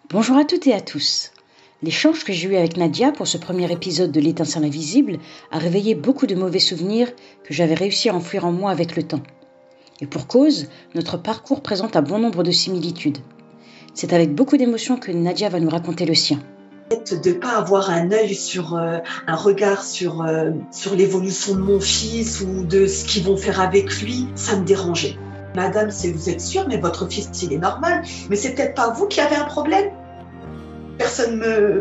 Bonjour à toutes et à tous. L'échange que j'ai eu avec Nadia pour ce premier épisode de L'étincelle invisible a réveillé beaucoup de mauvais souvenirs que j'avais réussi à enfouir en moi avec le temps. Et pour cause, notre parcours présente un bon nombre de similitudes. C'est avec beaucoup d'émotion que Nadia va nous raconter le sien. De ne pas avoir un œil un regard sur l'évolution de mon fils ou de ce qu'ils vont faire avec lui, ça me dérangeait. Madame, vous êtes sûre, mais votre fils, il est normal. Mais c'est peut-être pas vous qui avez un problème. Personne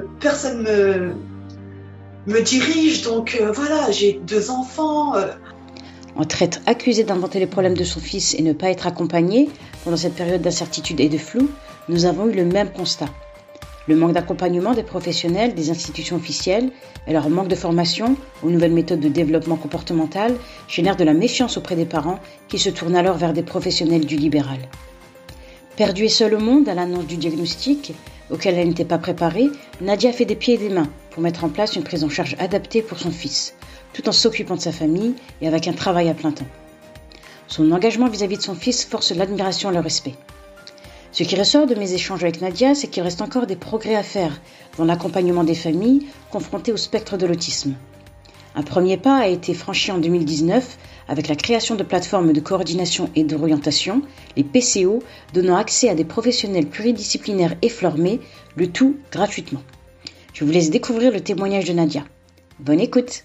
me dirige, donc voilà, j'ai 2 enfants. Entre être accusée d'inventer les problèmes de son fils et ne pas être accompagnée pendant cette période d'incertitude et de flou, nous avons eu le même constat. Le manque d'accompagnement des professionnels, des institutions officielles et leur manque de formation aux nouvelles méthodes de développement comportemental génèrent de la méfiance auprès des parents qui se tournent alors vers des professionnels du libéral. Perdue et seule au monde à l'annonce du diagnostic, auquel elle n'était pas préparée, Nadia a fait des pieds et des mains pour mettre en place une prise en charge adaptée pour son fils, tout en s'occupant de sa famille et avec un travail à plein temps. Son engagement vis-à-vis de son fils force l'admiration et le respect. Ce qui ressort de mes échanges avec Nadia, c'est qu'il reste encore des progrès à faire dans l'accompagnement des familles confrontées au spectre de l'autisme. Un premier pas a été franchi en 2019 avec la création de plateformes de coordination et d'orientation, les PCO, donnant accès à des professionnels pluridisciplinaires et formés, le tout gratuitement. Je vous laisse découvrir le témoignage de Nadia. Bonne écoute!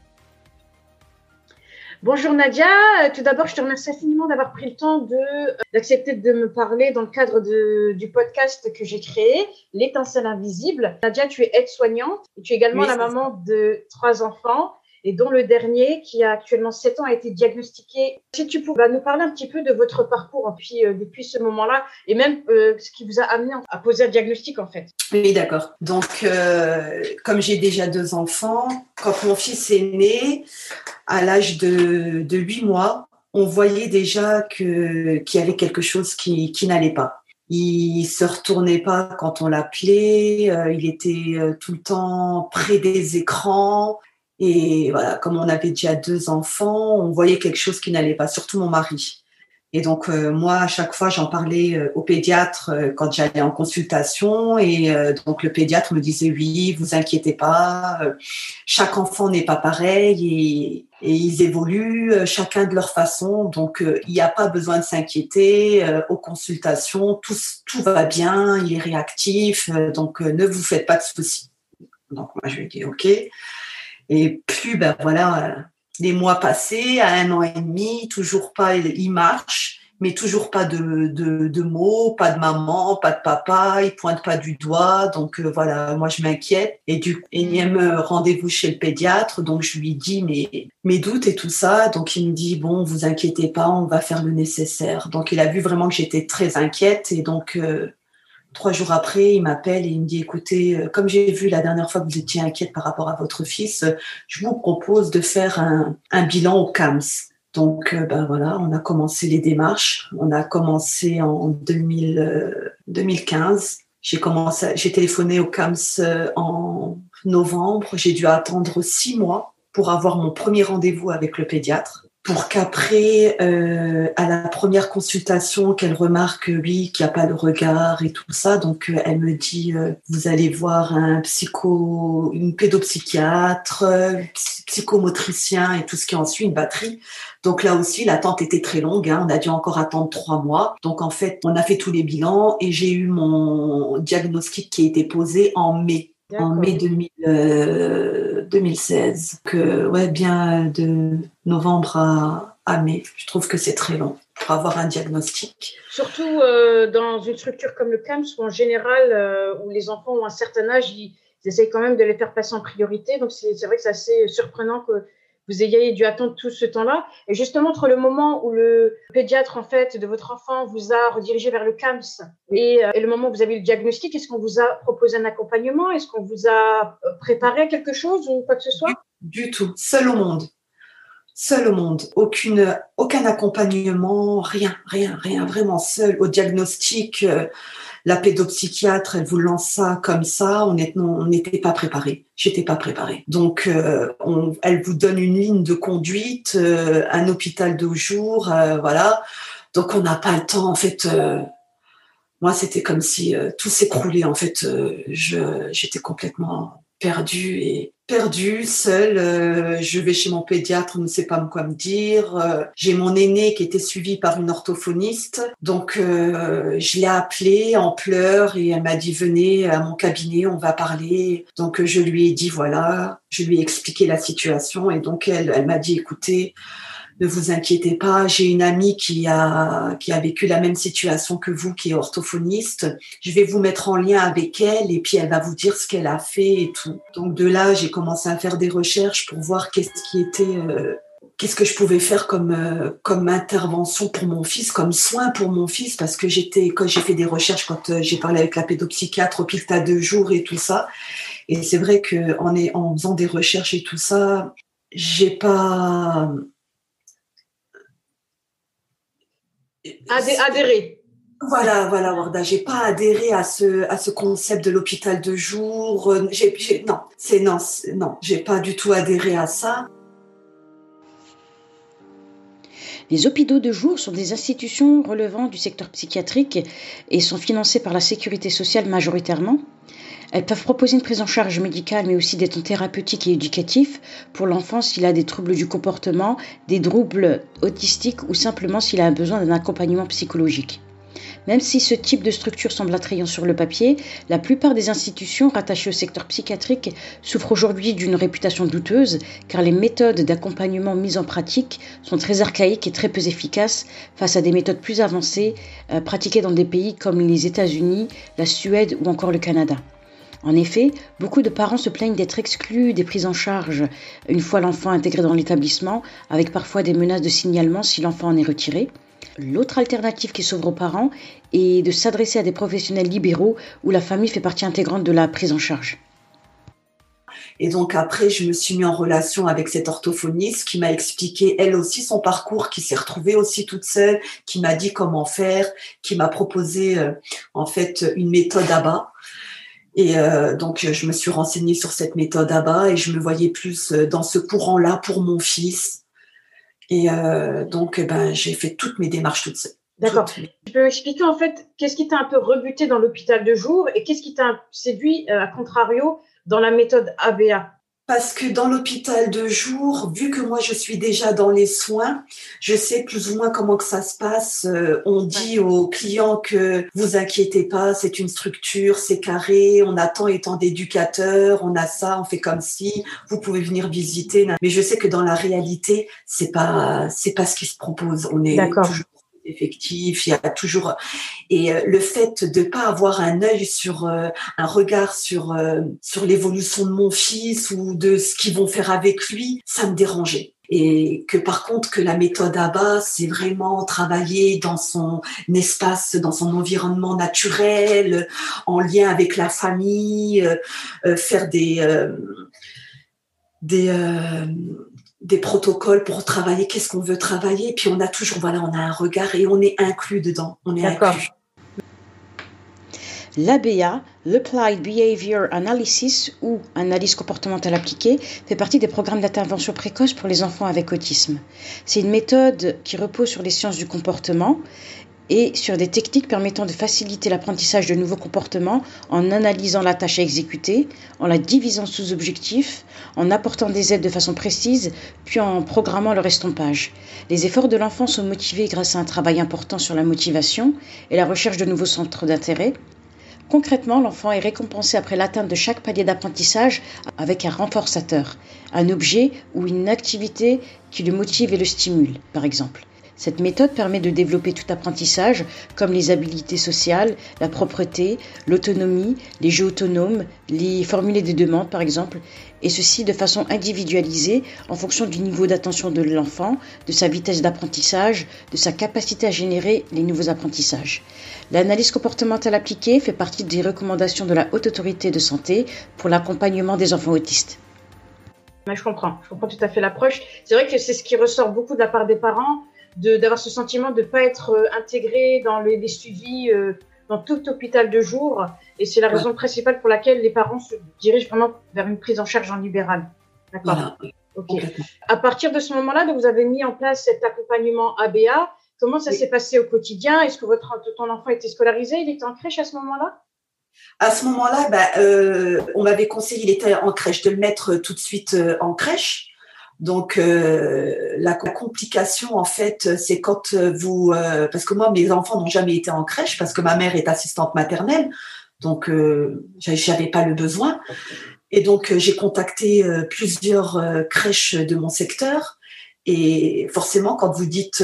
Bonjour Nadia, tout d'abord je te remercie infiniment d'avoir pris le temps d'accepter de me parler dans le cadre du podcast que j'ai créé, L'étincelle invisible. Nadia, tu es aide-soignante et tu es également la maman de 3 enfants et dont le dernier qui a actuellement 7 ans a été diagnostiqué. Si tu pouvais nous parler un petit peu de votre parcours depuis ce moment-là et même ce qui vous a amené à poser un diagnostic en fait. Oui, d'accord. Donc, comme j'ai déjà 2 enfants, quand mon fils est né, à l'âge de 8 mois, on voyait déjà qu'il y avait quelque chose qui n'allait pas. Il se retournait pas quand on l'appelait, il était tout le temps près des écrans. Et voilà, comme on avait déjà 2 enfants, on voyait quelque chose qui n'allait pas, surtout mon mari. Et donc, moi, à chaque fois, j'en parlais au pédiatre quand j'allais en consultation. Et donc, le pédiatre me disait, oui, vous inquiétez pas, chaque enfant n'est pas pareil et ils évoluent chacun de leur façon. Donc, il n'y a pas besoin de s'inquiéter. Aux consultations, tout va bien, il est réactif. Donc, ne vous faites pas de soucis. Donc, moi, je lui ai dit, OK. Et plus, les mois passés, à 1 an et demi, toujours pas, il marche, mais toujours pas de mots, pas de maman, pas de papa, il pointe pas du doigt. Donc voilà, moi je m'inquiète. Et du énième rendez-vous chez le pédiatre, donc je lui dis mes doutes et tout ça. Donc il me dit bon, vous inquiétez pas, on va faire le nécessaire. Donc il a vu vraiment que j'étais très inquiète et donc 3 jours après, il m'appelle et il me dit, écoutez, comme j'ai vu la dernière fois que vous étiez inquiète par rapport à votre fils, je vous propose de faire un bilan au CAMS. Donc, voilà, on a commencé les démarches. On a commencé en 2015. J'ai téléphoné au CAMS en novembre. J'ai dû attendre 6 mois pour avoir mon premier rendez-vous avec le pédiatre. Pour qu'après, à la première consultation, qu'elle remarque, oui, qu'il n'y a pas le regard et tout ça. Donc, elle me dit, vous allez voir une pédopsychiatre, psychomotricien et tout ce qui en suit, une batterie. Donc là aussi, l'attente était très longue. On a dû encore attendre 3 mois. Donc, en fait, on a fait tous les bilans et j'ai eu mon diagnostic qui a été posé en mai. D'accord. En mai 2016, bien de novembre à mai. Je trouve que c'est très long pour avoir un diagnostic. Surtout dans une structure comme le CAMS où en général, où les enfants ont un certain âge, ils essayent quand même de les faire passer en priorité. Donc c'est vrai que c'est assez surprenant que vous ayez dû attendre tout ce temps-là. Et justement, entre le moment où le pédiatre en fait de votre enfant vous a redirigé vers le CAMS et le moment où vous avez eu le diagnostic, est-ce qu'on vous a proposé un accompagnement? Est-ce qu'on vous a préparé à quelque chose ou quoi que ce soit? Du tout. Seul au monde. Aucun accompagnement, rien, vraiment seul. Au diagnostic, la pédopsychiatre, elle vous lance ça comme ça, on n'était pas préparés. J'étais pas préparée. Donc, elle vous donne une ligne de conduite, un hôpital de jour, voilà. Donc, on n'a pas le temps, en fait. moi, c'était comme si tout s'écroulait. En fait, j'étais complètement perdue, seule. Je vais chez mon pédiatre, ne sait pas quoi me dire. J'ai mon aîné qui était suivi par une orthophoniste. Donc, je l'ai appelée en pleurs et elle m'a dit, venez à mon cabinet, on va parler. Donc, je lui ai dit, voilà, je lui ai expliqué la situation. Et donc, elle m'a dit, écoutez, ne vous inquiétez pas, j'ai une amie qui a vécu la même situation que vous, qui est orthophoniste. Je vais vous mettre en lien avec elle et puis elle va vous dire ce qu'elle a fait et tout. Donc de là, j'ai commencé à faire des recherches pour voir qu'est-ce que je pouvais faire comme intervention pour mon fils, comme soin pour mon fils, parce que quand j'ai fait des recherches, quand j'ai parlé avec la pédopsychiatre, hôpital de jour et tout ça. Et c'est vrai que en faisant des recherches et tout ça, j'ai pas adhérer. Voilà, Warda, j'ai pas adhéré à ce concept de l'hôpital de jour. Non, j'ai pas du tout adhéré à ça. Les hôpitaux de jour sont des institutions relevant du secteur psychiatrique et sont financées par la sécurité sociale majoritairement. Elles peuvent proposer une prise en charge médicale, mais aussi des temps thérapeutiques et éducatifs pour l'enfant s'il a des troubles du comportement, des troubles autistiques ou simplement s'il a besoin d'un accompagnement psychologique. Même si ce type de structure semble attrayant sur le papier, la plupart des institutions rattachées au secteur psychiatrique souffrent aujourd'hui d'une réputation douteuse car les méthodes d'accompagnement mises en pratique sont très archaïques et très peu efficaces face à des méthodes plus avancées pratiquées dans des pays comme les États-Unis, la Suède ou encore le Canada. En effet, beaucoup de parents se plaignent d'être exclus des prises en charge une fois l'enfant intégré dans l'établissement, avec parfois des menaces de signalement si l'enfant en est retiré. L'autre alternative qui s'ouvre aux parents est de s'adresser à des professionnels libéraux où la famille fait partie intégrante de la prise en charge. Et donc après, je me suis mis en relation avec cette orthophoniste qui m'a expliqué elle aussi son parcours, qui s'est retrouvée aussi toute seule, qui m'a dit comment faire, qui m'a proposé en fait une méthode ABA. Et donc, je me suis renseignée sur cette méthode ABA et je me voyais plus dans ce courant-là pour mon fils. Et donc, j'ai fait toutes mes démarches toute seule. D'accord. Tu peux expliquer en fait qu'est-ce qui t'a un peu rebuté dans l'hôpital de jour et qu'est-ce qui t'a séduit, à contrario, dans la méthode ABA? Parce que dans l'hôpital de jour, vu que moi je suis déjà dans les soins, je sais plus ou moins comment que ça se passe. On dit aux clients que vous inquiétez pas, c'est une structure, c'est carré, on a tant et tant d'éducateurs, on a ça, on fait comme si, vous pouvez venir visiter. Mais je sais que dans la réalité, c'est pas ce qui se propose. On est toujours effectif, il y a toujours le fait de pas avoir un œil un regard sur l'évolution de mon fils ou de ce qu'ils vont faire avec lui, ça me dérangeait. Et que par contre que la méthode ABA, c'est vraiment travailler dans son espace, dans son environnement naturel, en lien avec la famille, faire des protocoles pour travailler, qu'est-ce qu'on veut travailler, puis on a un regard et on est inclus dedans, inclus. L'ABA, l'Applied Behavior Analysis ou analyse comportementale appliquée, fait partie des programmes d'intervention précoce pour les enfants avec autisme. C'est une méthode qui repose sur les sciences du comportement et sur des techniques permettant de faciliter l'apprentissage de nouveaux comportements en analysant la tâche à exécuter, en la divisant sous objectifs, en apportant des aides de façon précise, puis en programmant leur estompage. Les efforts de l'enfant sont motivés grâce à un travail important sur la motivation et la recherche de nouveaux centres d'intérêt. Concrètement, l'enfant est récompensé après l'atteinte de chaque palier d'apprentissage avec un renforçateur, un objet ou une activité qui le motive et le stimule, par exemple. Cette méthode permet de développer tout apprentissage, comme les habiletés sociales, la propreté, l'autonomie, les jeux autonomes, les formuler des demandes par exemple, et ceci de façon individualisée en fonction du niveau d'attention de l'enfant, de sa vitesse d'apprentissage, de sa capacité à générer les nouveaux apprentissages. L'analyse comportementale appliquée fait partie des recommandations de la Haute Autorité de Santé pour l'accompagnement des enfants autistes. Je comprends tout à fait l'approche. C'est vrai que c'est ce qui ressort beaucoup de la part des parents, d'avoir ce sentiment de ne pas être intégré dans les suivis dans tout hôpital de jour. Et c'est la raison principale pour laquelle les parents se dirigent vraiment vers une prise en charge en libéral. D'accord. Voilà. Ok. À partir de ce moment-là, donc, vous avez mis en place cet accompagnement ABA. Comment ça s'est passé au quotidien? Est-ce que ton enfant était scolarisé? Il était en crèche à ce moment-là? À ce moment-là, on m'avait conseillé, il était en crèche, de le mettre tout de suite en crèche. Donc, la complication, en fait, c'est quand parce que moi, mes enfants n'ont jamais été en crèche parce que ma mère est assistante maternelle, donc j'avais pas le besoin. Et donc, j'ai contacté plusieurs crèches de mon secteur. Et forcément, quand vous dites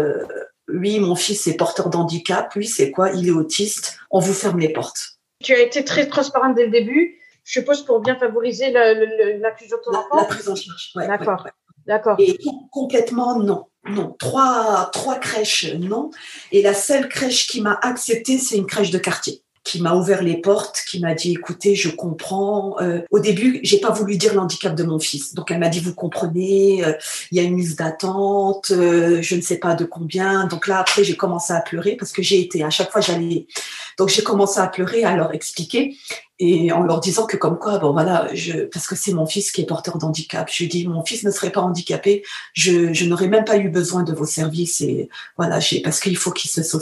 oui, mon fils est porteur d'handicap, oui, c'est quoi? Il est autiste, on vous ferme les portes. Tu as été très transparente dès le début, je suppose, pour bien favoriser l'inclusion de ton enfant. La prise en charge, ouais. D'accord. Ouais. D'accord. Et complètement non. Non, trois crèches, non. Et la seule crèche qui m'a acceptée, c'est une crèche de quartier qui m'a ouvert les portes, qui m'a dit, écoutez, je comprends. Au début, j'ai pas voulu dire l'handicap de mon fils. Donc, elle m'a dit, vous comprenez, il y a une liste d'attente, je ne sais pas de combien. Donc là, après, j'ai commencé à pleurer parce que à chaque fois, j'allais. Donc, j'ai commencé à pleurer, à leur expliquer et en leur disant que comme quoi, bon voilà, parce que c'est mon fils qui est porteur d'handicap. Je lui dis, mon fils ne serait pas handicapé, je n'aurais même pas eu besoin de vos services et voilà, parce qu'il faut qu'il se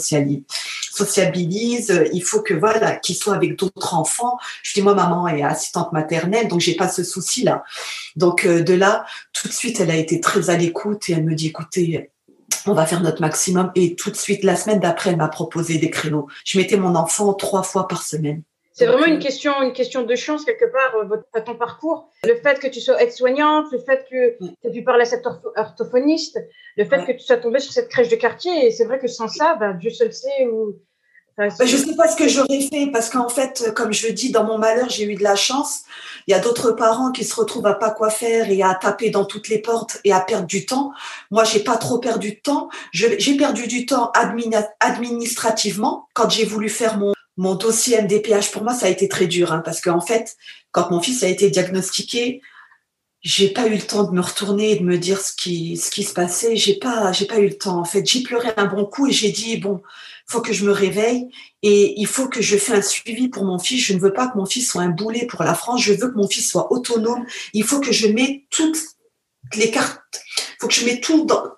sociabilise, il faut que voilà, qu'il soit avec d'autres enfants. Je dis, moi, maman est assistante maternelle, donc j'ai pas ce souci-là. Donc de là, tout de suite, elle a été très à l'écoute et elle me dit, écoutez, on va faire notre maximum. Et tout de suite, la semaine d'après, elle m'a proposé des créneaux. Je mettais mon enfant 3 fois par semaine. C'est vraiment une question de chance quelque part, ton parcours. Le fait que tu sois aide-soignante, le fait que tu aies pu parler à cet orthophoniste, le fait que tu sois tombée sur cette crèche de quartier. Et c'est vrai que sans ça, Dieu seul sait où. Je ne sais pas ce que j'aurais fait parce qu'en fait, comme je dis, dans mon malheur, j'ai eu de la chance. Il y a d'autres parents qui se retrouvent à pas quoi faire et à taper dans toutes les portes et à perdre du temps. Moi, j'ai pas trop perdu de temps. J'ai perdu du temps administrativement quand j'ai voulu faire mon dossier MDPH. Pour moi, ça a été très dur parce qu'en fait, quand mon fils a été diagnostiqué, j'ai pas eu le temps de me retourner et de me dire ce qui se passait. J'ai pas eu le temps. En fait, j'ai pleuré un bon coup et j'ai dit bon, faut que je me réveille et il faut que je fasse un suivi pour mon fils. Je ne veux pas que mon fils soit un boulet pour la France. Je veux que mon fils soit autonome. Il faut que je mette toutes les cartes. Il faut que je mette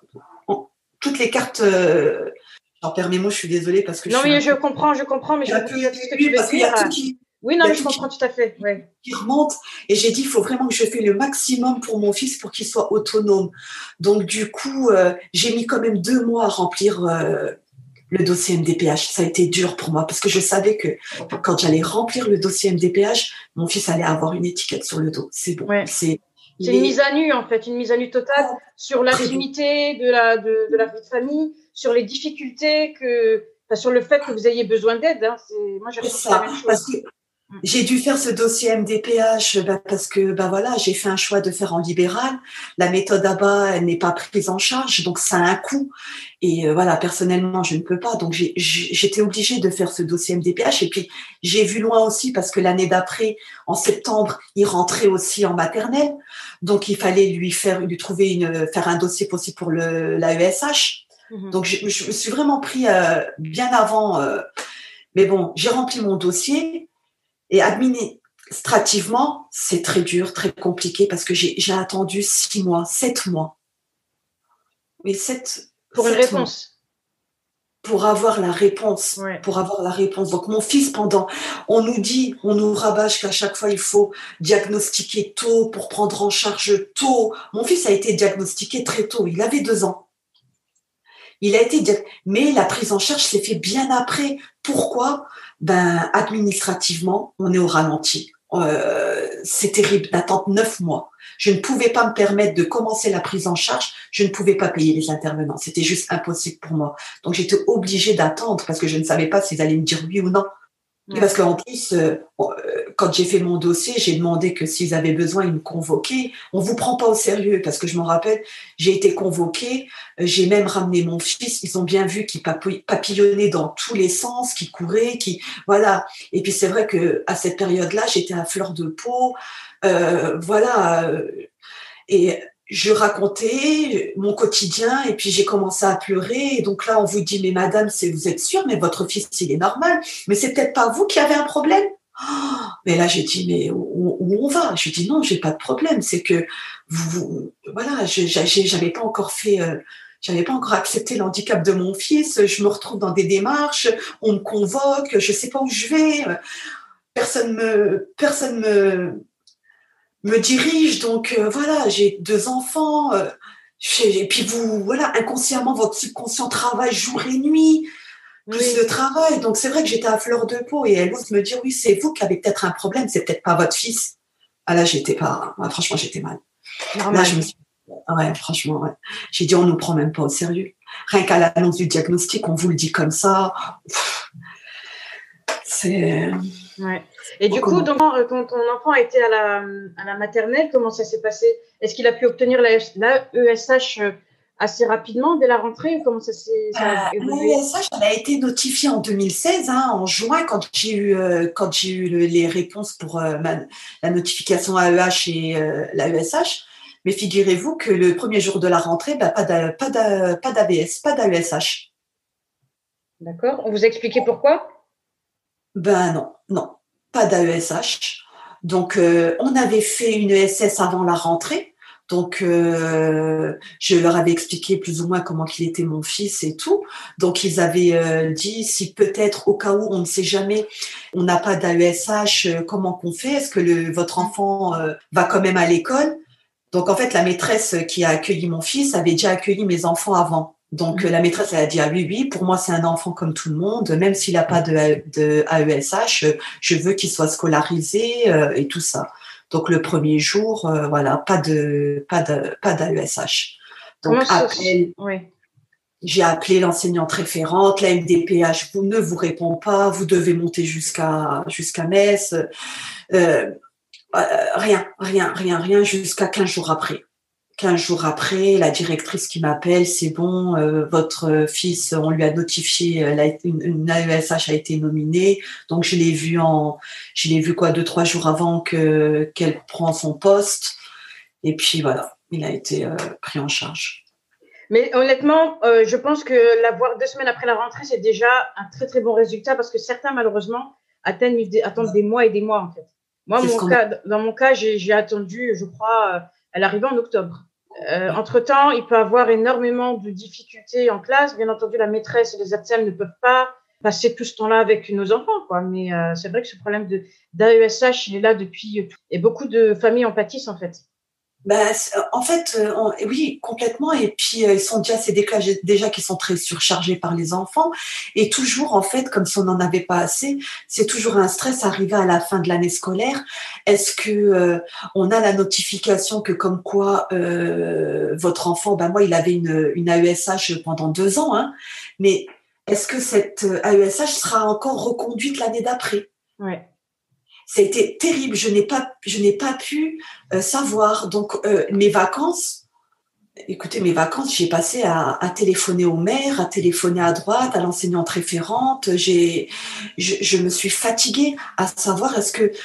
toutes les cartes. J'en perds mes mots. Je suis désolée parce que non, mais je comprends, mais je comprends ce que tu veux dire. Parce qu'il y a tout qui. Oui, non, mais je comprends tout à fait. Ouais. Qui remonte et j'ai dit il faut vraiment que je fasse le maximum pour mon fils pour qu'il soit autonome. Donc du coup, j'ai mis quand même 2 mois à remplir le dossier MDPH. Ça a été dur pour moi parce que je savais que quand j'allais remplir le dossier MDPH, mon fils allait avoir une étiquette sur le dos. C'est bon. Ouais. C'est une mise à nu en fait, une mise à nu totale sur l'intimité de la vie de famille, sur les difficultés sur le fait que vous ayez besoin d'aide. Moi, j'ai ressenti la même chose. Parce que j'ai dû faire ce dossier MDPH parce que voilà, j'ai fait un choix de faire en libéral. La méthode ABA, elle n'est pas prise en charge, donc ça a un coût. Et voilà, personnellement, je ne peux pas. Donc j'étais obligée de faire ce dossier MDPH. Et puis j'ai vu loin aussi parce que l'année d'après, en septembre, il rentrait aussi en maternelle. Donc il fallait faire un dossier possible pour l'AESH. Donc je me suis vraiment pris bien avant. Mais bon, j'ai rempli mon dossier. Et administrativement, c'est très dur, très compliqué parce que j'ai attendu 6 mois, 7 mois. Mais pour une réponse. Pour avoir la réponse. Ouais. Pour avoir la réponse. Donc, mon fils, on nous rabâche qu'à chaque fois, il faut diagnostiquer tôt pour prendre en charge tôt. Mon fils a été diagnostiqué très tôt. Il avait 2 ans. Mais la prise en charge s'est fait bien après. Pourquoi? Administrativement, on est au ralenti. C'est terrible d'attendre 9 mois. Je ne pouvais pas me permettre de commencer la prise en charge. Je ne pouvais pas payer les intervenants. C'était juste impossible pour moi. Donc, j'étais obligée d'attendre parce que je ne savais pas s'ils allaient me dire oui ou non. Et parce qu'en plus, quand j'ai fait mon dossier, j'ai demandé que s'ils avaient besoin, ils me convoquaient. On vous prend pas au sérieux parce que je m'en rappelle, j'ai été convoquée, j'ai même ramené mon fils. Ils ont bien vu qu'il papillonnait dans tous les sens, qu'il courait, voilà. Et puis c'est vrai que à cette période-là, j'étais à fleur de peau, voilà. Et je racontais mon quotidien et puis j'ai commencé à pleurer. Et donc là, on vous dit, mais madame, vous êtes sûre, mais votre fils, il est normal. Mais c'est peut-être pas vous qui avez un problème. Mais là, j'ai dit, mais où on va? Je dis, non, j'ai pas de problème. C'est que voilà, j'avais pas encore fait, j'avais pas encore accepté l'handicap de mon fils. Je me retrouve dans des démarches, on me convoque, je sais pas où je vais. Personne me dirige. Donc voilà, j'ai 2 enfants. Et puis voilà, inconsciemment, votre subconscient travaille jour et nuit, plus le travail. Donc c'est vrai que j'étais à fleur de peau et elle ose me dire, oui, c'est vous qui avez peut-être un problème, c'est peut-être pas votre fils. Ah là, franchement, j'étais mal. Normal. Là, je me suis ouais, franchement, ouais. J'ai dit, on nous prend même pas au sérieux. Rien qu'à l'annonce du diagnostic, on vous le dit comme ça. C'est... Ouais. Et du coup, donc, quand ton enfant a été à la maternelle, comment ça s'est passé? Est-ce qu'il a pu obtenir la ESH assez rapidement dès la rentrée ou comment ça a évolué? L'ESH, elle a été notifiée en 2016, en juin, quand j'ai eu les réponses pour la notification AEH et la ESH. Mais figurez-vous que le premier jour de la rentrée, pas d'ABS, pas d'AESH. D'accord. On vous a expliqué pourquoi? Non, pas d'AESH. Donc, on avait fait une ESS avant la rentrée. Donc, je leur avais expliqué plus ou moins comment qu'il était mon fils et tout. Donc, ils avaient dit si peut-être au cas où, on ne sait jamais, on n'a pas d'AESH, comment qu'on fait? Est-ce que votre enfant va quand même à l'école? Donc, en fait, la maîtresse qui a accueilli mon fils avait déjà accueilli mes enfants avant. Donc, la maîtresse, elle a dit, ah oui, pour moi, c'est un enfant comme tout le monde, même s'il n'a pas de AESH, je veux qu'il soit scolarisé et tout ça. Donc, le premier jour, voilà, pas d'AESH. Donc, après, j'ai appelé l'enseignante référente, la MDPH ne vous répond pas, vous devez monter jusqu'à Metz. Rien jusqu'à 15 jours après. 15 jours après, la directrice qui m'appelle, c'est bon, votre fils, on lui a notifié, une AESH a été nominée. Donc, je l'ai vu 2-3 jours avant qu'elle prend son poste. Et puis, voilà, il a été pris en charge. Mais honnêtement, je pense que l'avoir 2 semaines après la rentrée, c'est déjà un très, très bon résultat parce que certains, malheureusement, attendent des mois et des mois, en fait. Moi, dans mon cas, j'ai attendu, je crois, elle arrivait en octobre. Entre-temps, il peut y avoir énormément de difficultés en classe. Bien entendu, la maîtresse et les ATSEM ne peuvent pas passer tout ce temps-là avec nos enfants, quoi. Mais c'est vrai que ce problème d'AESH, il est là depuis... Et beaucoup de familles en pâtissent, en fait. En fait, oui, complètement. Et puis, ils sont déjà, c'est des cas déjà qui sont très surchargés par les enfants. Et toujours, en fait, comme si on n'en avait pas assez, c'est toujours un stress arrivé à la fin de l'année scolaire. Est-ce que on a la notification que comme quoi votre enfant, moi, il avait une AESH pendant 2 ans, mais est-ce que cette AESH sera encore reconduite l'année d'après? Ouais. Ça a été terrible. Je n'ai pas pu savoir. Donc, mes vacances, j'ai passé à téléphoner au maire, à téléphoner à droite, à l'enseignante référente. Je me suis fatiguée à savoir est-ce que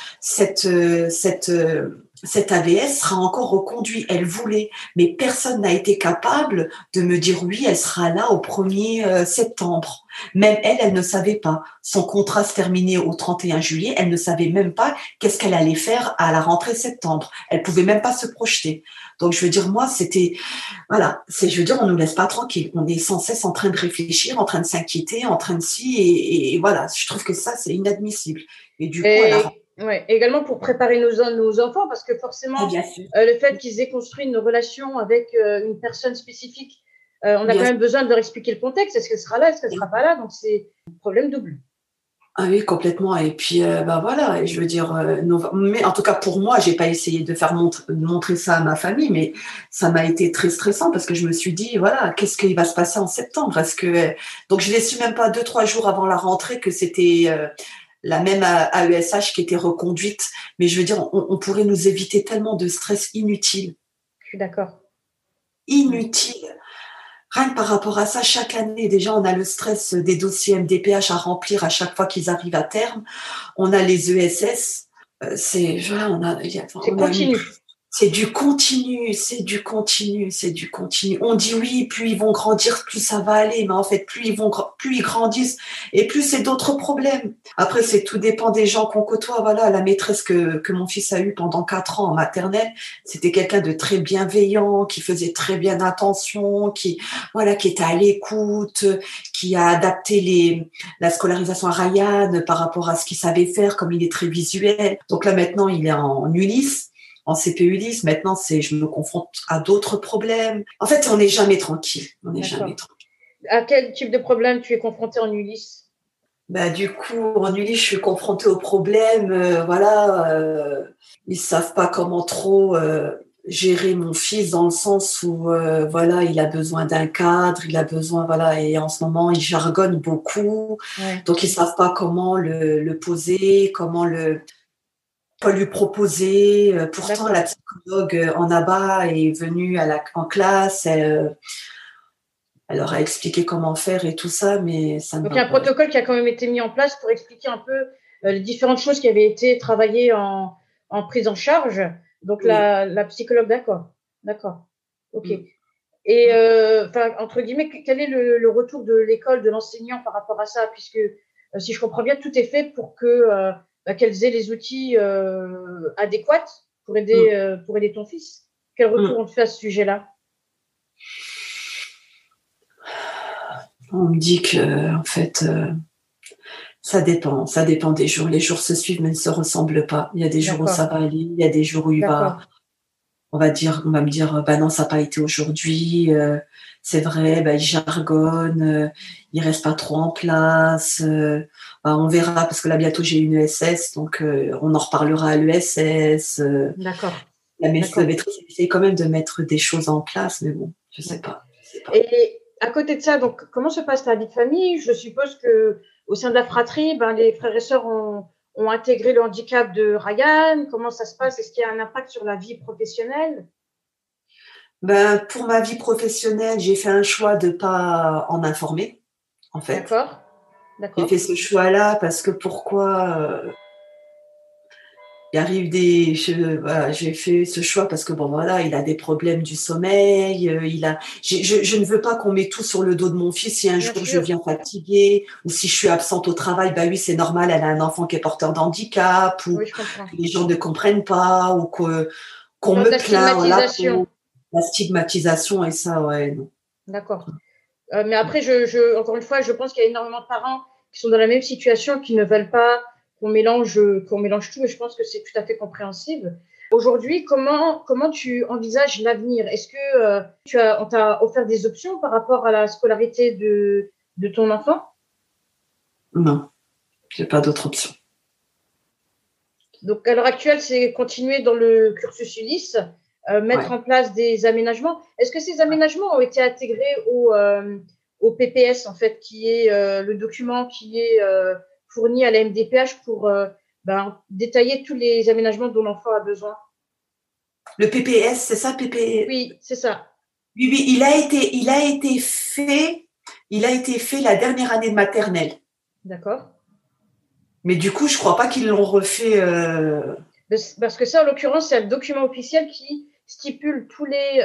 cette AVS sera encore reconduite. Elle voulait, mais personne n'a été capable de me dire oui, elle sera là au 1er septembre. Même elle ne savait pas. Son contrat se terminait au 31 juillet. Elle ne savait même pas qu'est-ce qu'elle allait faire à la rentrée septembre. Elle pouvait même pas se projeter. Donc, je veux dire, moi, on nous laisse pas tranquille. On est sans cesse en train de réfléchir, en train de s'inquiéter, en train de et voilà. Je trouve que ça, c'est inadmissible. Et du coup, également pour préparer nos enfants, parce que forcément, le fait qu'ils aient construit une relation avec une personne spécifique, on a quand même besoin de leur expliquer le contexte. Est-ce qu'elle sera là? Est-ce qu'elle sera pas là? Donc, c'est un problème double. Ah oui, complètement. Et puis, voilà. Et je veux dire, mais en tout cas, pour moi, j'ai pas essayé de faire montrer ça à ma famille, mais ça m'a été très stressant parce que je me suis dit, voilà, qu'est-ce qui va se passer en septembre? Donc, je l'ai su même pas 2-3 jours avant la rentrée que c'était la même AESH qui était reconduite. Mais je veux dire, on pourrait nous éviter tellement de stress inutile. Je suis d'accord. Inutile. Rien que par rapport à ça, chaque année, déjà, on a le stress des dossiers MDPH à remplir à chaque fois qu'ils arrivent à terme. On a les ESS. C'est continu. C'est du continu, c'est du continu, c'est du continu. On dit oui, plus ils vont grandir, plus ça va aller. Mais en fait, plus ils grandissent et plus c'est d'autres problèmes. Après, tout dépend des gens qu'on côtoie. Voilà, la maîtresse que mon fils a eue pendant 4 ans en maternelle, c'était quelqu'un de très bienveillant, qui faisait très bien attention, qui était à l'écoute, qui a adapté la scolarisation à Ryan par rapport à ce qu'il savait faire, comme il est très visuel. Donc là, maintenant, il est en Ulysse. En CP Ulysse, maintenant, je me confronte à d'autres problèmes. En fait, on n'est jamais tranquille. On n'est jamais tranquille. À quel type de problème tu es confrontée en Ulysse? Du coup, en Ulysse, je suis confrontée aux problèmes. Ils savent pas comment trop gérer mon fils dans le sens où, il a besoin d'un cadre, il a besoin, et en ce moment, il jargonne beaucoup. Ouais. Donc, ils savent pas comment le poser, comment pas lui proposer. Pourtant, la psychologue en ABA est venue en classe. Elle leur a expliqué comment faire et tout ça, mais ça ne va pas. Donc, il y a un protocole qui a quand même été mis en place pour expliquer un peu les différentes choses qui avaient été travaillées en prise en charge. Donc, oui. la psychologue, d'accord. OK. Oui. Et, entre guillemets, quel est le retour de l'école, de l'enseignant par rapport à ça? Puisque, si je comprends bien, tout est fait pour que... qu'elles aient les outils adéquats pour aider ton fils. Quel retour on te fait à ce sujet-là? On me dit que, en fait, ça dépend des jours. Les jours se suivent mais ne se ressemblent pas. Il y a des jours où ça va aller, il y a des jours où on va me dire, non, ça n'a pas été aujourd'hui. C'est vrai, il jargonne, il reste pas trop en place. On verra parce que là bientôt j'ai une ESS, donc on en reparlera à l'ESS. D'accord. La maîtresse essaie quand même de mettre des choses en place, mais bon, je sais pas. Et à côté de ça, donc comment se passe ta vie de famille? Je suppose que au sein de la fratrie, les frères et sœurs ont intégré le handicap de Ryan. Comment ça se passe? Est-ce qu'il y a un impact sur la vie professionnelle? Pour ma vie professionnelle, j'ai fait un choix de pas en informer, en fait. D'accord. J'ai fait ce choix-là parce que pourquoi il arrive j'ai fait ce choix parce que il a des problèmes du sommeil, je ne veux pas qu'on mette tout sur le dos de mon fils. Si un jour je viens fatiguée ou si je suis absente au travail, oui, c'est normal, elle a un enfant qui est porteur d'handicap ou les gens ne comprennent pas ou qu'on me plaint. La stigmatisation et ça, ouais, non. D'accord. Mais après, encore une fois, je pense qu'il y a énormément de parents qui sont dans la même situation, qui ne veulent pas qu'on mélange tout, et je pense que c'est tout à fait compréhensible. Aujourd'hui, comment tu envisages l'avenir? Est-ce que on t'a offert des options par rapport à la scolarité de ton enfant? Non, j'ai pas d'autre option. Donc, à l'heure actuelle, c'est continuer dans le cursus Ulysse, mettre en place des aménagements. Est-ce que ces aménagements ont été intégrés au PPS, en fait, qui est le document qui est fourni à la MDPH pour détailler tous les aménagements dont l'enfant a besoin? Le PPS, c'est ça, PPS? Oui, c'est ça. Oui, il a été fait la dernière année de maternelle. D'accord. Mais du coup, je crois pas qu'ils l'ont refait. Parce que ça, en l'occurrence, c'est le document officiel qui stipule tous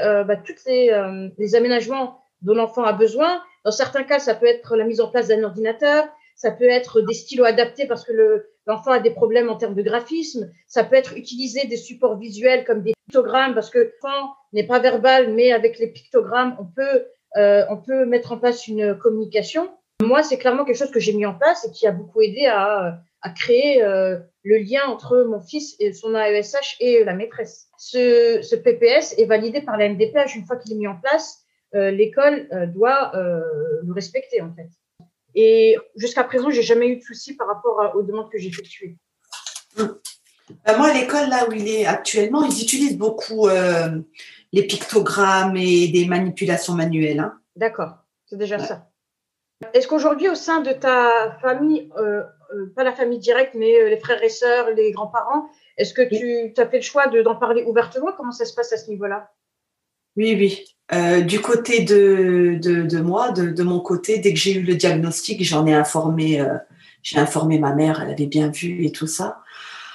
les aménagements dont l'enfant a besoin. Dans certains cas, ça peut être la mise en place d'un ordinateur, ça peut être des stylos adaptés parce que l'enfant a des problèmes en termes de graphisme, ça peut être utiliser des supports visuels comme des pictogrammes parce que l'enfant n'est pas verbal, mais avec les pictogrammes, on peut mettre en place une communication. Moi, c'est clairement quelque chose que j'ai mis en place et qui a beaucoup aidé à créer le lien entre mon fils et son AESH et la maîtresse. Ce PPS est validé par la MDPH. Une fois qu'il est mis en place, l'école doit le respecter, en fait. Et jusqu'à présent, j'ai jamais eu de soucis par rapport aux demandes que j'ai effectuées. Moi, à l'école, là où il est actuellement, ils utilisent beaucoup les pictogrammes et des manipulations manuelles. Hein. D'accord, c'est déjà ça. Est-ce qu'aujourd'hui, au sein de ta famille, pas la famille directe, mais les frères et sœurs, les grands-parents, est-ce que tu as fait le choix d'en parler ouvertement? Comment ça se passe à ce niveau-là? Oui. Du côté de moi, de mon côté, dès que j'ai eu le diagnostic, j'ai informé ma mère, elle avait bien vu et tout ça.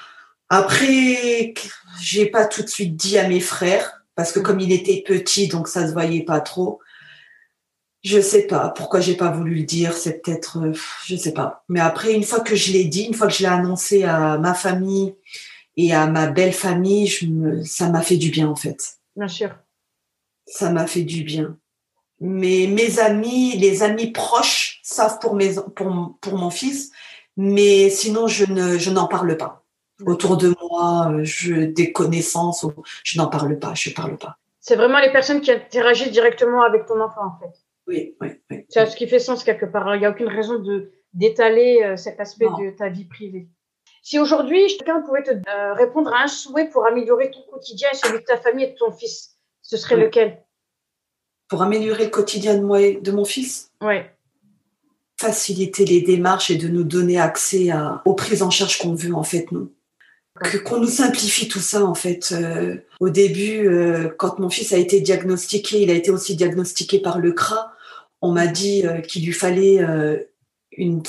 Après, j'ai pas tout de suite dit à mes frères, parce que comme il était petit, donc ça se voyait pas trop. Je sais pas pourquoi j'ai pas voulu le dire. C'est peut-être, je sais pas. Mais après, une fois que je l'ai dit, une fois que je l'ai annoncé à ma famille et à ma belle famille, ça m'a fait du bien en fait. Bien sûr. Ça m'a fait du bien. Mais mes amis, les amis proches savent pour mon fils, mais sinon je n'en parle pas. Autour de moi, des connaissances, je n'en parle pas, je parle pas. C'est vraiment les personnes qui interagissent directement avec ton enfant, en fait. Oui. C'est ce qui fait sens quelque part. Il n'y a aucune raison d'étaler cet aspect de ta vie privée. Si aujourd'hui, quelqu'un pouvait te répondre à un souhait pour améliorer ton quotidien et celui de ta famille et de ton fils, ce serait lequel? Pour améliorer le quotidien de moi et de mon fils? Oui. Faciliter les démarches et de nous donner accès aux prises en charge qu'on veut, en fait, nous. Qu'on nous simplifie tout ça, en fait. Au début, quand mon fils a été diagnostiqué, il a été aussi diagnostiqué par le CRA. On m'a dit qu'il lui fallait une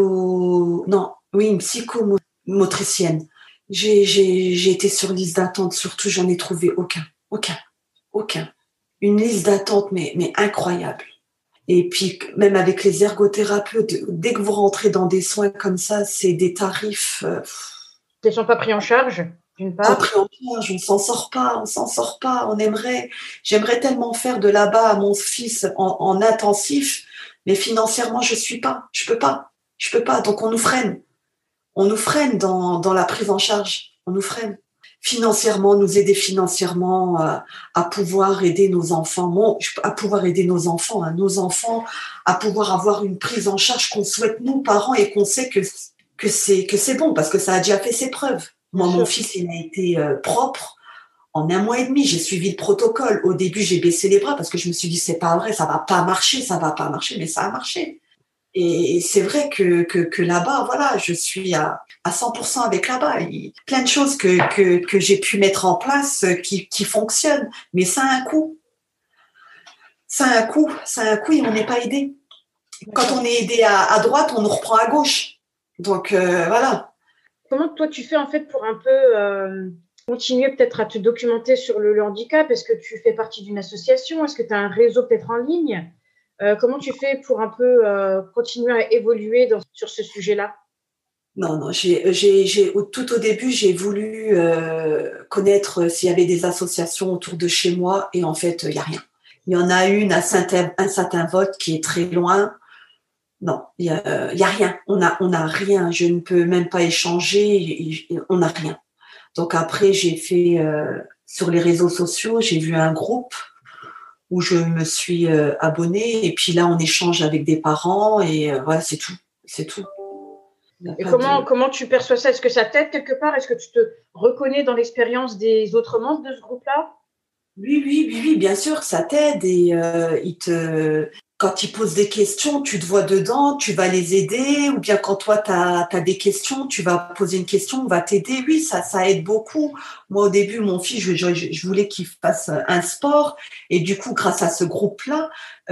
psychomotricienne. J'ai été sur liste d'attente, surtout, j'en ai trouvé aucun. Une liste d'attente, mais incroyable. Et puis, même avec les ergothérapeutes, dès que vous rentrez dans des soins comme ça, c'est des tarifs... Qui ne sont pas pris en charge, d'une part. Pas pris en charge, on s'en sort pas. J'aimerais tellement faire de là-bas à mon fils en intensif, mais financièrement, je peux pas. Donc, on nous freine dans la prise en charge. On nous freine. Financièrement, nous aider financièrement à pouvoir aider nos enfants, à pouvoir aider nos enfants, à pouvoir avoir une prise en charge qu'on souhaite nous, parents, et qu'on sait que c'est bon, parce que ça a déjà fait ses preuves. Moi, mon fils, il a été propre en 1 mois et demi. J'ai suivi le protocole. Au début, j'ai baissé les bras parce que je me suis dit, c'est pas vrai, ça va pas marcher, mais ça a marché. Et c'est vrai que là-bas, voilà, je suis à 100% avec là-bas. Plein de choses que j'ai pu mettre en place qui fonctionnent, mais ça a un coût. Ça a un coût et on n'est pas aidé. Quand on est aidé à droite, on nous reprend à gauche. Donc, voilà. Comment toi tu fais en fait pour un peu continuer peut-être à te documenter sur le handicap? Est-ce que tu fais partie d'une association? Est-ce que tu as un réseau peut-être en ligne? Comment tu fais pour un peu continuer à évoluer sur ce sujet-là? Non, tout au début, j'ai voulu connaître s'il y avait des associations autour de chez moi, et en fait, il n'y a rien. Il y en a une à Saint-Avold qui est très loin. Non, il y a rien. On a rien. Je ne peux même pas échanger. On n'a rien. Donc après, j'ai fait sur les réseaux sociaux, j'ai vu un groupe où je me suis abonnée, et puis là, on échange avec des parents, et voilà, c'est tout. Et comment tu perçois ça? Est-ce que ça t'aide quelque part? Est-ce que tu te reconnais dans l'expérience des autres membres de ce groupe-là? Oui, bien sûr, ça t'aide, et quand ils posent des questions, tu te vois dedans, tu vas les aider, ou bien quand toi, tu as des questions, tu vas poser une question, on va t'aider. Oui, ça aide beaucoup. Moi, au début, mon fils, je voulais qu'il fasse un sport, et du coup, grâce à ce groupe-là,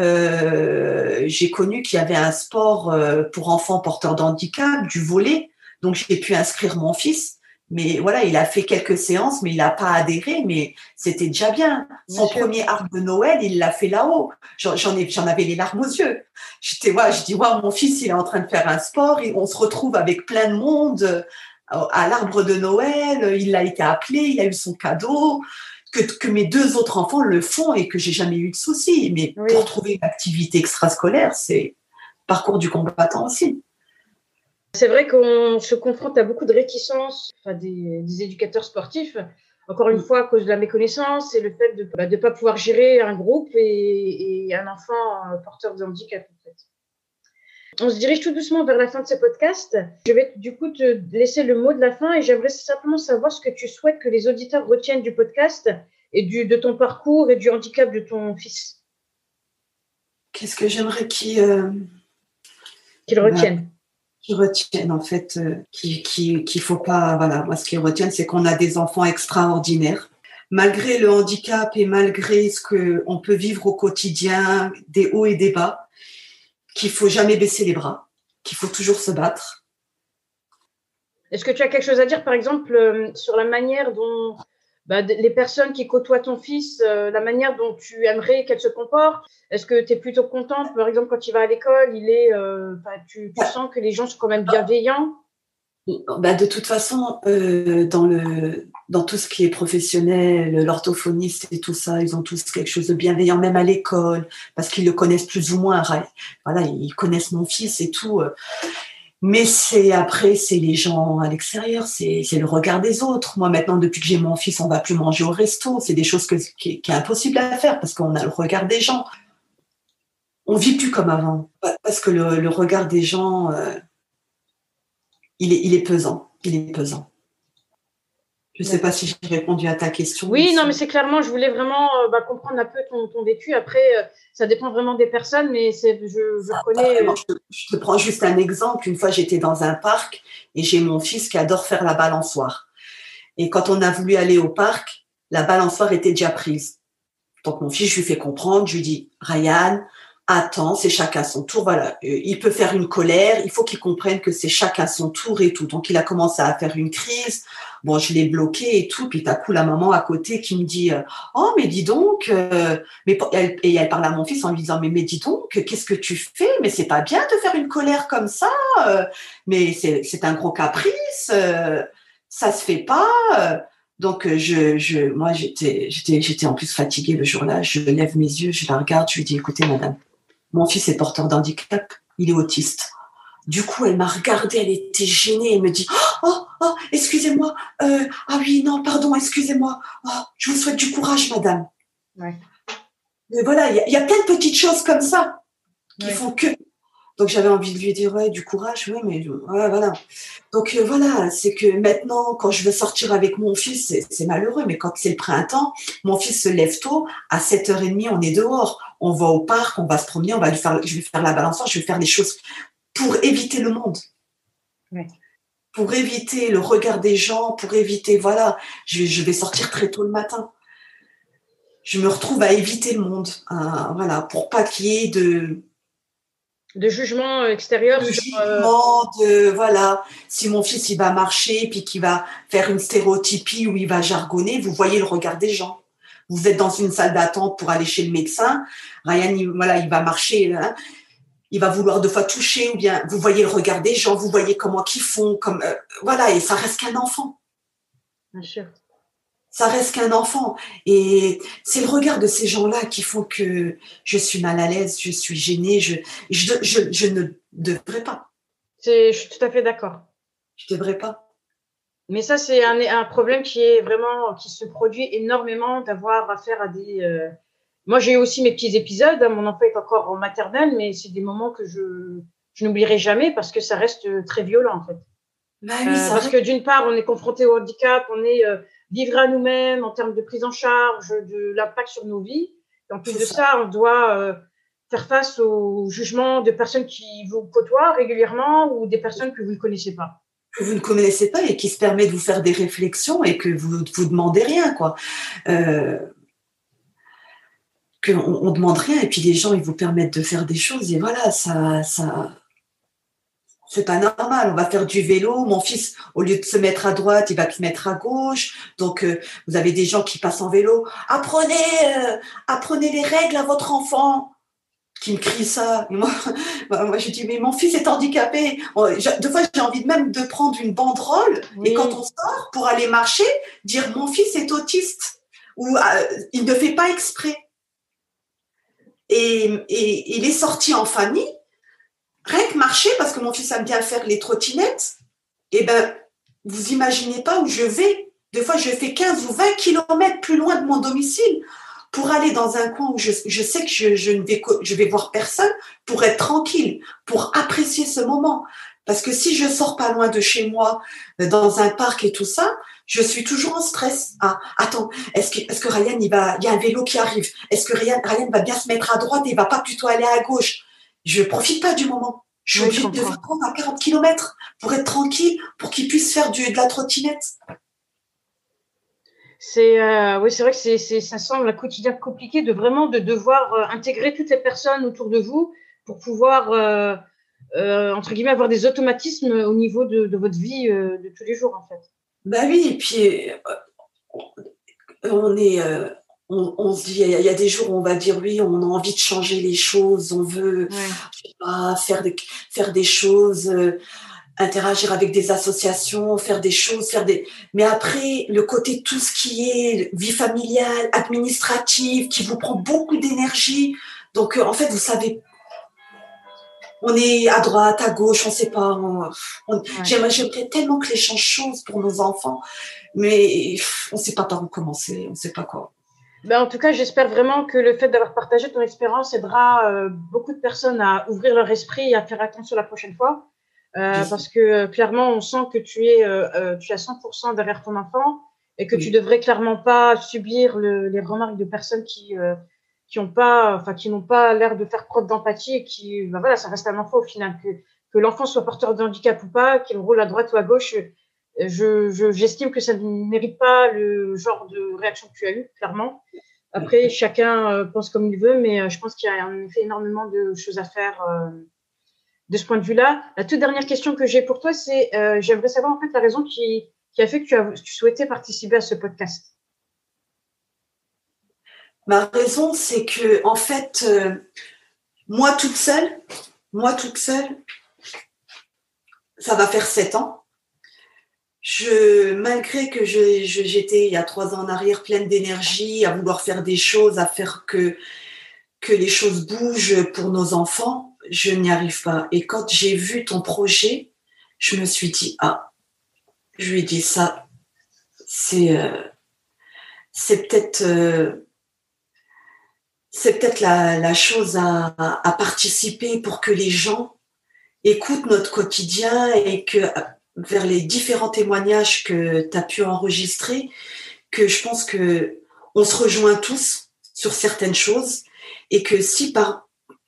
j'ai connu qu'il y avait un sport pour enfants porteurs de handicap, du volley, donc j'ai pu inscrire mon fils. Mais voilà, il a fait quelques séances, mais il n'a pas adhéré, mais c'était déjà bien. Son premier arbre de Noël, il l'a fait là-haut. J'en avais les larmes aux yeux. Je dis, mon fils, il est en train de faire un sport, et on se retrouve avec plein de monde à l'arbre de Noël. Il a été appelé, il a eu son cadeau, que mes 2 autres enfants le font et que j'ai jamais eu de soucis. Mais pour trouver une activité extrascolaire, c'est parcours du combattant aussi. C'est vrai qu'on se confronte à beaucoup de réticences des éducateurs sportifs, encore une fois à cause de la méconnaissance et le fait de ne pas pouvoir gérer un groupe et un enfant porteur de handicap. En fait. On se dirige tout doucement vers la fin de ce podcast. Je vais du coup te laisser le mot de la fin, et j'aimerais simplement savoir ce que tu souhaites que les auditeurs retiennent du podcast et de ton parcours et du handicap de ton fils. Qu'est-ce que j'aimerais qu'ils retiennent? Qui retiennent, en fait, qu'il faut pas, voilà, moi ce qu'ils retiennent, c'est qu'on a des enfants extraordinaires. Malgré le handicap et malgré ce qu'on peut vivre au quotidien, des hauts et des bas, qu'il faut jamais baisser les bras, qu'il faut toujours se battre. Est-ce que tu as quelque chose à dire, par exemple, sur la manière dont les personnes qui côtoient ton fils, la manière dont tu aimerais qu'elles se comportent? Est-ce que tu es plutôt contente, par exemple, quand il va à l'école, tu sens que les gens sont quand même bienveillants? De toute façon, dans tout ce qui est professionnel, l'orthophoniste et tout ça, ils ont tous quelque chose de bienveillant, même à l'école, parce qu'ils le connaissent plus ou moins. Voilà, ils connaissent mon fils et tout. Mais c'est les gens à l'extérieur, c'est le regard des autres. Moi, maintenant, depuis que j'ai mon fils, on va plus manger au resto. C'est des choses qui est impossible à faire parce qu'on a le regard des gens. On vit plus comme avant parce que le regard des gens, il est pesant. Il est pesant. Je ne sais pas si j'ai répondu à ta question. Oui, non, mais c'est clairement, je voulais vraiment comprendre un peu ton vécu. Après, ça dépend vraiment des personnes, mais je connais. Je te prends juste un exemple. Une fois, j'étais dans un parc et j'ai mon fils qui adore faire la balançoire. Et quand on a voulu aller au parc, la balançoire était déjà prise. Donc, mon fils, je lui fais comprendre, je lui dis, Ryan, attends, c'est chacun son tour. Voilà, il peut faire une colère, il faut qu'il comprenne que c'est chacun son tour et tout. Donc, il a commencé à faire une crise. Bon, je l'ai bloqué et tout. Puis, d'un coup, la maman à côté qui me dit, oh, mais dis donc, et elle parle à mon fils en lui disant, mais dis donc, qu'est-ce que tu fais? Mais c'est pas bien de faire une colère comme ça. Mais c'est un gros caprice. Ça se fait pas. Donc, moi, j'étais en plus fatiguée le jour-là. Je lève mes yeux, je la regarde, je lui dis, écoutez, madame, mon fils est porteur d'handicap, il est autiste. Du coup, elle m'a regardée, elle était gênée, elle me dit, oh, excusez-moi, ah oui, non, pardon, excusez-moi, je vous souhaite du courage, madame. Ouais. Mais voilà, il y a plein de petites choses comme ça qui font que. Donc, j'avais envie de lui dire, ouais, du courage, oui, mais voilà. Donc, voilà, c'est que maintenant, quand je veux sortir avec mon fils, c'est malheureux, mais quand c'est le printemps, mon fils se lève tôt, à 7h30, on est dehors. On va au parc, on va se promener, je vais faire la balançoire, je vais faire des choses pour éviter le monde. Ouais. Pour éviter le regard des gens, pour éviter, voilà, je vais sortir très tôt le matin. Je me retrouve à éviter le monde, voilà, pour pas qu'il y ait de jugement extérieur. Voilà, si mon fils il va marcher puis qu'il va faire une stéréotypie ou il va jargonner, vous voyez le regard des gens. Vous êtes dans une salle d'attente pour aller chez le médecin, Ryan il va marcher, hein, il va vouloir 2 fois toucher ou bien vous voyez le regard des gens, vous voyez comment qu'ils font, voilà, et ça reste qu'un enfant. Bien sûr. Ça reste qu'un enfant. Et c'est le regard de ces gens-là qui font que je suis mal à l'aise, je suis gênée, je ne devrais pas. Je suis tout à fait d'accord. Je ne devrais pas. Mais ça, c'est un problème qui se produit énormément, d'avoir affaire à des... Moi, j'ai eu aussi mes petits épisodes. Mon enfant est encore en maternelle, mais c'est des moments que je n'oublierai jamais parce que ça reste très violent, en fait. Parce que d'une part, on est confronté au handicap, on est livré à nous-mêmes en termes de prise en charge, de l'impact sur nos vies. Et en plus de ça, on doit faire face au jugement de personnes qui vous côtoient régulièrement ou des personnes que vous ne connaissez pas. Que vous ne connaissez pas et qui se permet de vous faire des réflexions et que vous demandez rien, quoi. Qu'on demande rien et puis les gens, ils vous permettent de faire des choses et voilà, ça c'est pas normal. On va faire du vélo. Mon fils, au lieu de se mettre à droite, il va se mettre à gauche. Donc, vous avez des gens qui passent en vélo. Apprenez les règles à votre enfant. Qui me crient ça. Et moi, je dis, mais mon fils est handicapé. Des fois, j'ai envie même de prendre une banderole et quand on sort pour aller marcher, dire, mon fils est autiste. Ou il ne fait pas exprès. Et il est sorti en famille. Rien que marcher, parce que mon fils aime bien faire les trottinettes, vous imaginez pas où je vais. Des fois, je fais 15 ou 20 kilomètres plus loin de mon domicile pour aller dans un coin où je sais que je vais voir personne, pour être tranquille, pour apprécier ce moment. Parce que si je sors pas loin de chez moi, dans un parc et tout ça, je suis toujours en stress. Ah, attends, est-ce que Ryan, il y a un vélo qui arrive. Est-ce que Ryan va bien se mettre à droite et il va pas plutôt aller à gauche? Je profite pas du moment. Je suis obligée de prendre à 40 km pour être tranquille, pour qu'il puisse faire de la trottinette. Oui, c'est vrai que ça semble un quotidien compliqué de devoir intégrer toutes les personnes autour de vous pour pouvoir entre guillemets, avoir des automatismes au niveau de votre vie de tous les jours, en fait. Bah oui, et puis on se dit, il y a des jours où on va dire oui, on a envie de changer les choses, on veut je sais pas, faire des choses, interagir avec des associations, faire des choses, mais après, le côté tout ce qui est vie familiale, administrative, qui vous prend beaucoup d'énergie. Donc, en fait, vous savez, on est à droite, à gauche, on sait pas. J'aimerais tellement que les choses changent pour nos enfants, mais on sait pas par où commencer, on sait pas quoi. Ben, en tout cas, j'espère vraiment que le fait d'avoir partagé ton expérience aidera beaucoup de personnes à ouvrir leur esprit et à faire attention la prochaine fois. Parce que clairement, on sent que tu es à 100% derrière ton enfant et que tu devrais clairement pas subir les remarques de personnes qui n'ont pas l'air de faire preuve d'empathie et qui, ben voilà, ça reste un enfant au final. Que l'enfant soit porteur de handicap ou pas, qu'il roule à droite ou à gauche, j'estime que ça ne mérite pas le genre de réaction que tu as eu, clairement. Après, chacun pense comme il veut, mais je pense qu'il y a en effet énormément de choses à faire de ce point de vue-là. La toute dernière question que j'ai pour toi, c'est j'aimerais savoir en fait la raison qui a fait que tu souhaitais participer à ce podcast. Ma raison, c'est que en fait, moi toute seule, ça va faire 7 ans. Malgré que j'étais il y a 3 ans en arrière pleine d'énergie, à vouloir faire des choses, à faire que les choses bougent pour nos enfants, je n'y arrive pas. Et quand j'ai vu ton projet, je me suis dit, je lui ai dit ça, c'est peut-être la chose à participer pour que les gens écoutent notre quotidien et que vers les différents témoignages que tu as pu enregistrer, que je pense que on se rejoint tous sur certaines choses et que si par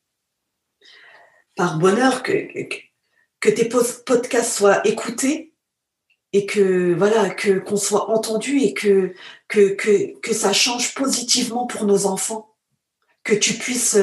bonheur que tes podcasts soient écoutés et que voilà qu'on soit entendu et que ça change positivement pour nos enfants, que tu puisses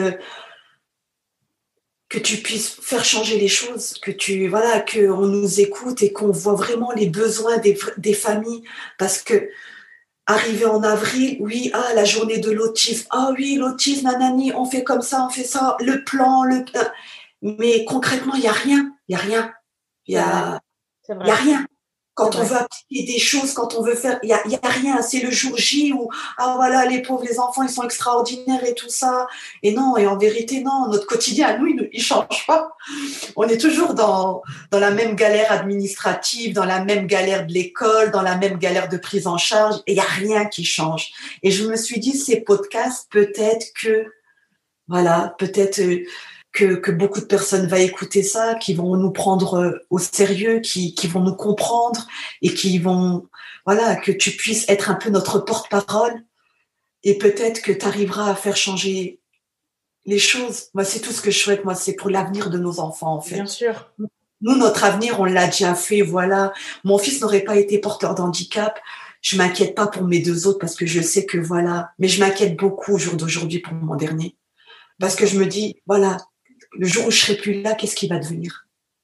faire changer les choses, qu'on nous écoute et qu'on voit vraiment les besoins des familles. Parce que, arrivé en avril, oui, la journée de l'autisme, oui, l'autisme, nanani, on fait comme ça, on fait ça, le plan, mais concrètement, il n'y a rien. Il n'y a rien. Quand on veut appliquer des choses, quand on veut faire, il y a rien. C'est le jour J où, voilà, les pauvres, les enfants, ils sont extraordinaires et tout ça. Et non, et en vérité, non, notre quotidien, nous, il change pas. On est toujours dans la même galère administrative, dans la même galère de l'école, dans la même galère de prise en charge. Et il n'y a rien qui change. Et je me suis dit, ces podcasts, peut-être que beaucoup de personnes vont écouter ça, qui vont nous prendre au sérieux, qui vont nous comprendre et qui vont, que tu puisses être un peu notre porte-parole et peut-être que tu arriveras à faire changer les choses. Moi, c'est tout ce que je souhaite, moi, c'est pour l'avenir de nos enfants, en fait. Bien sûr. Nous, notre avenir, on l'a déjà fait, voilà. Mon fils n'aurait pas été porteur d'handicap. Je m'inquiète pas pour mes 2 autres parce que je sais que mais je m'inquiète beaucoup au jour d'aujourd'hui pour mon dernier. Parce que je me dis, le jour où je serai plus là, qu'est-ce qui va devenir?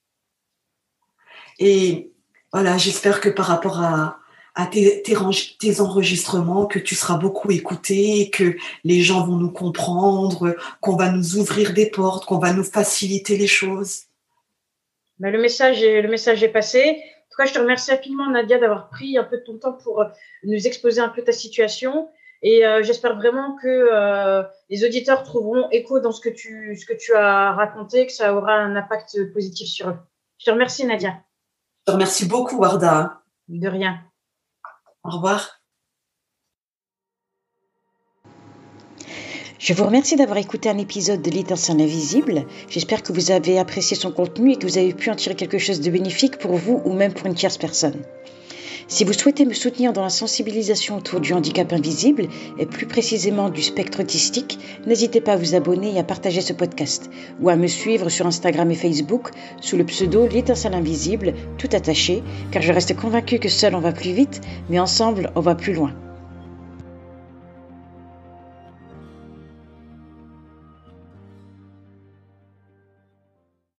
Et j'espère que par rapport à tes enregistrements, que tu seras beaucoup écouté, que les gens vont nous comprendre, qu'on va nous ouvrir des portes, qu'on va nous faciliter les choses. Ben, le message est passé. En tout cas, je te remercie infiniment, Nadia, d'avoir pris un peu de ton temps pour nous exposer un peu ta situation. Et j'espère vraiment que les auditeurs trouveront écho dans ce que tu as raconté, que ça aura un impact positif sur eux. Je te remercie, Nadia. Je te remercie beaucoup, Warda. De rien. Au revoir. Je vous remercie d'avoir écouté un épisode de L'Étincelle Invisible. J'espère que vous avez apprécié son contenu et que vous avez pu en tirer quelque chose de bénéfique pour vous ou même pour une tierce personne. Si vous souhaitez me soutenir dans la sensibilisation autour du handicap invisible et plus précisément du spectre autistique, n'hésitez pas à vous abonner et à partager ce podcast ou à me suivre sur Instagram et Facebook sous le pseudo L'Étincelle Invisible, tout attaché, car je reste convaincue que seul on va plus vite, mais ensemble on va plus loin.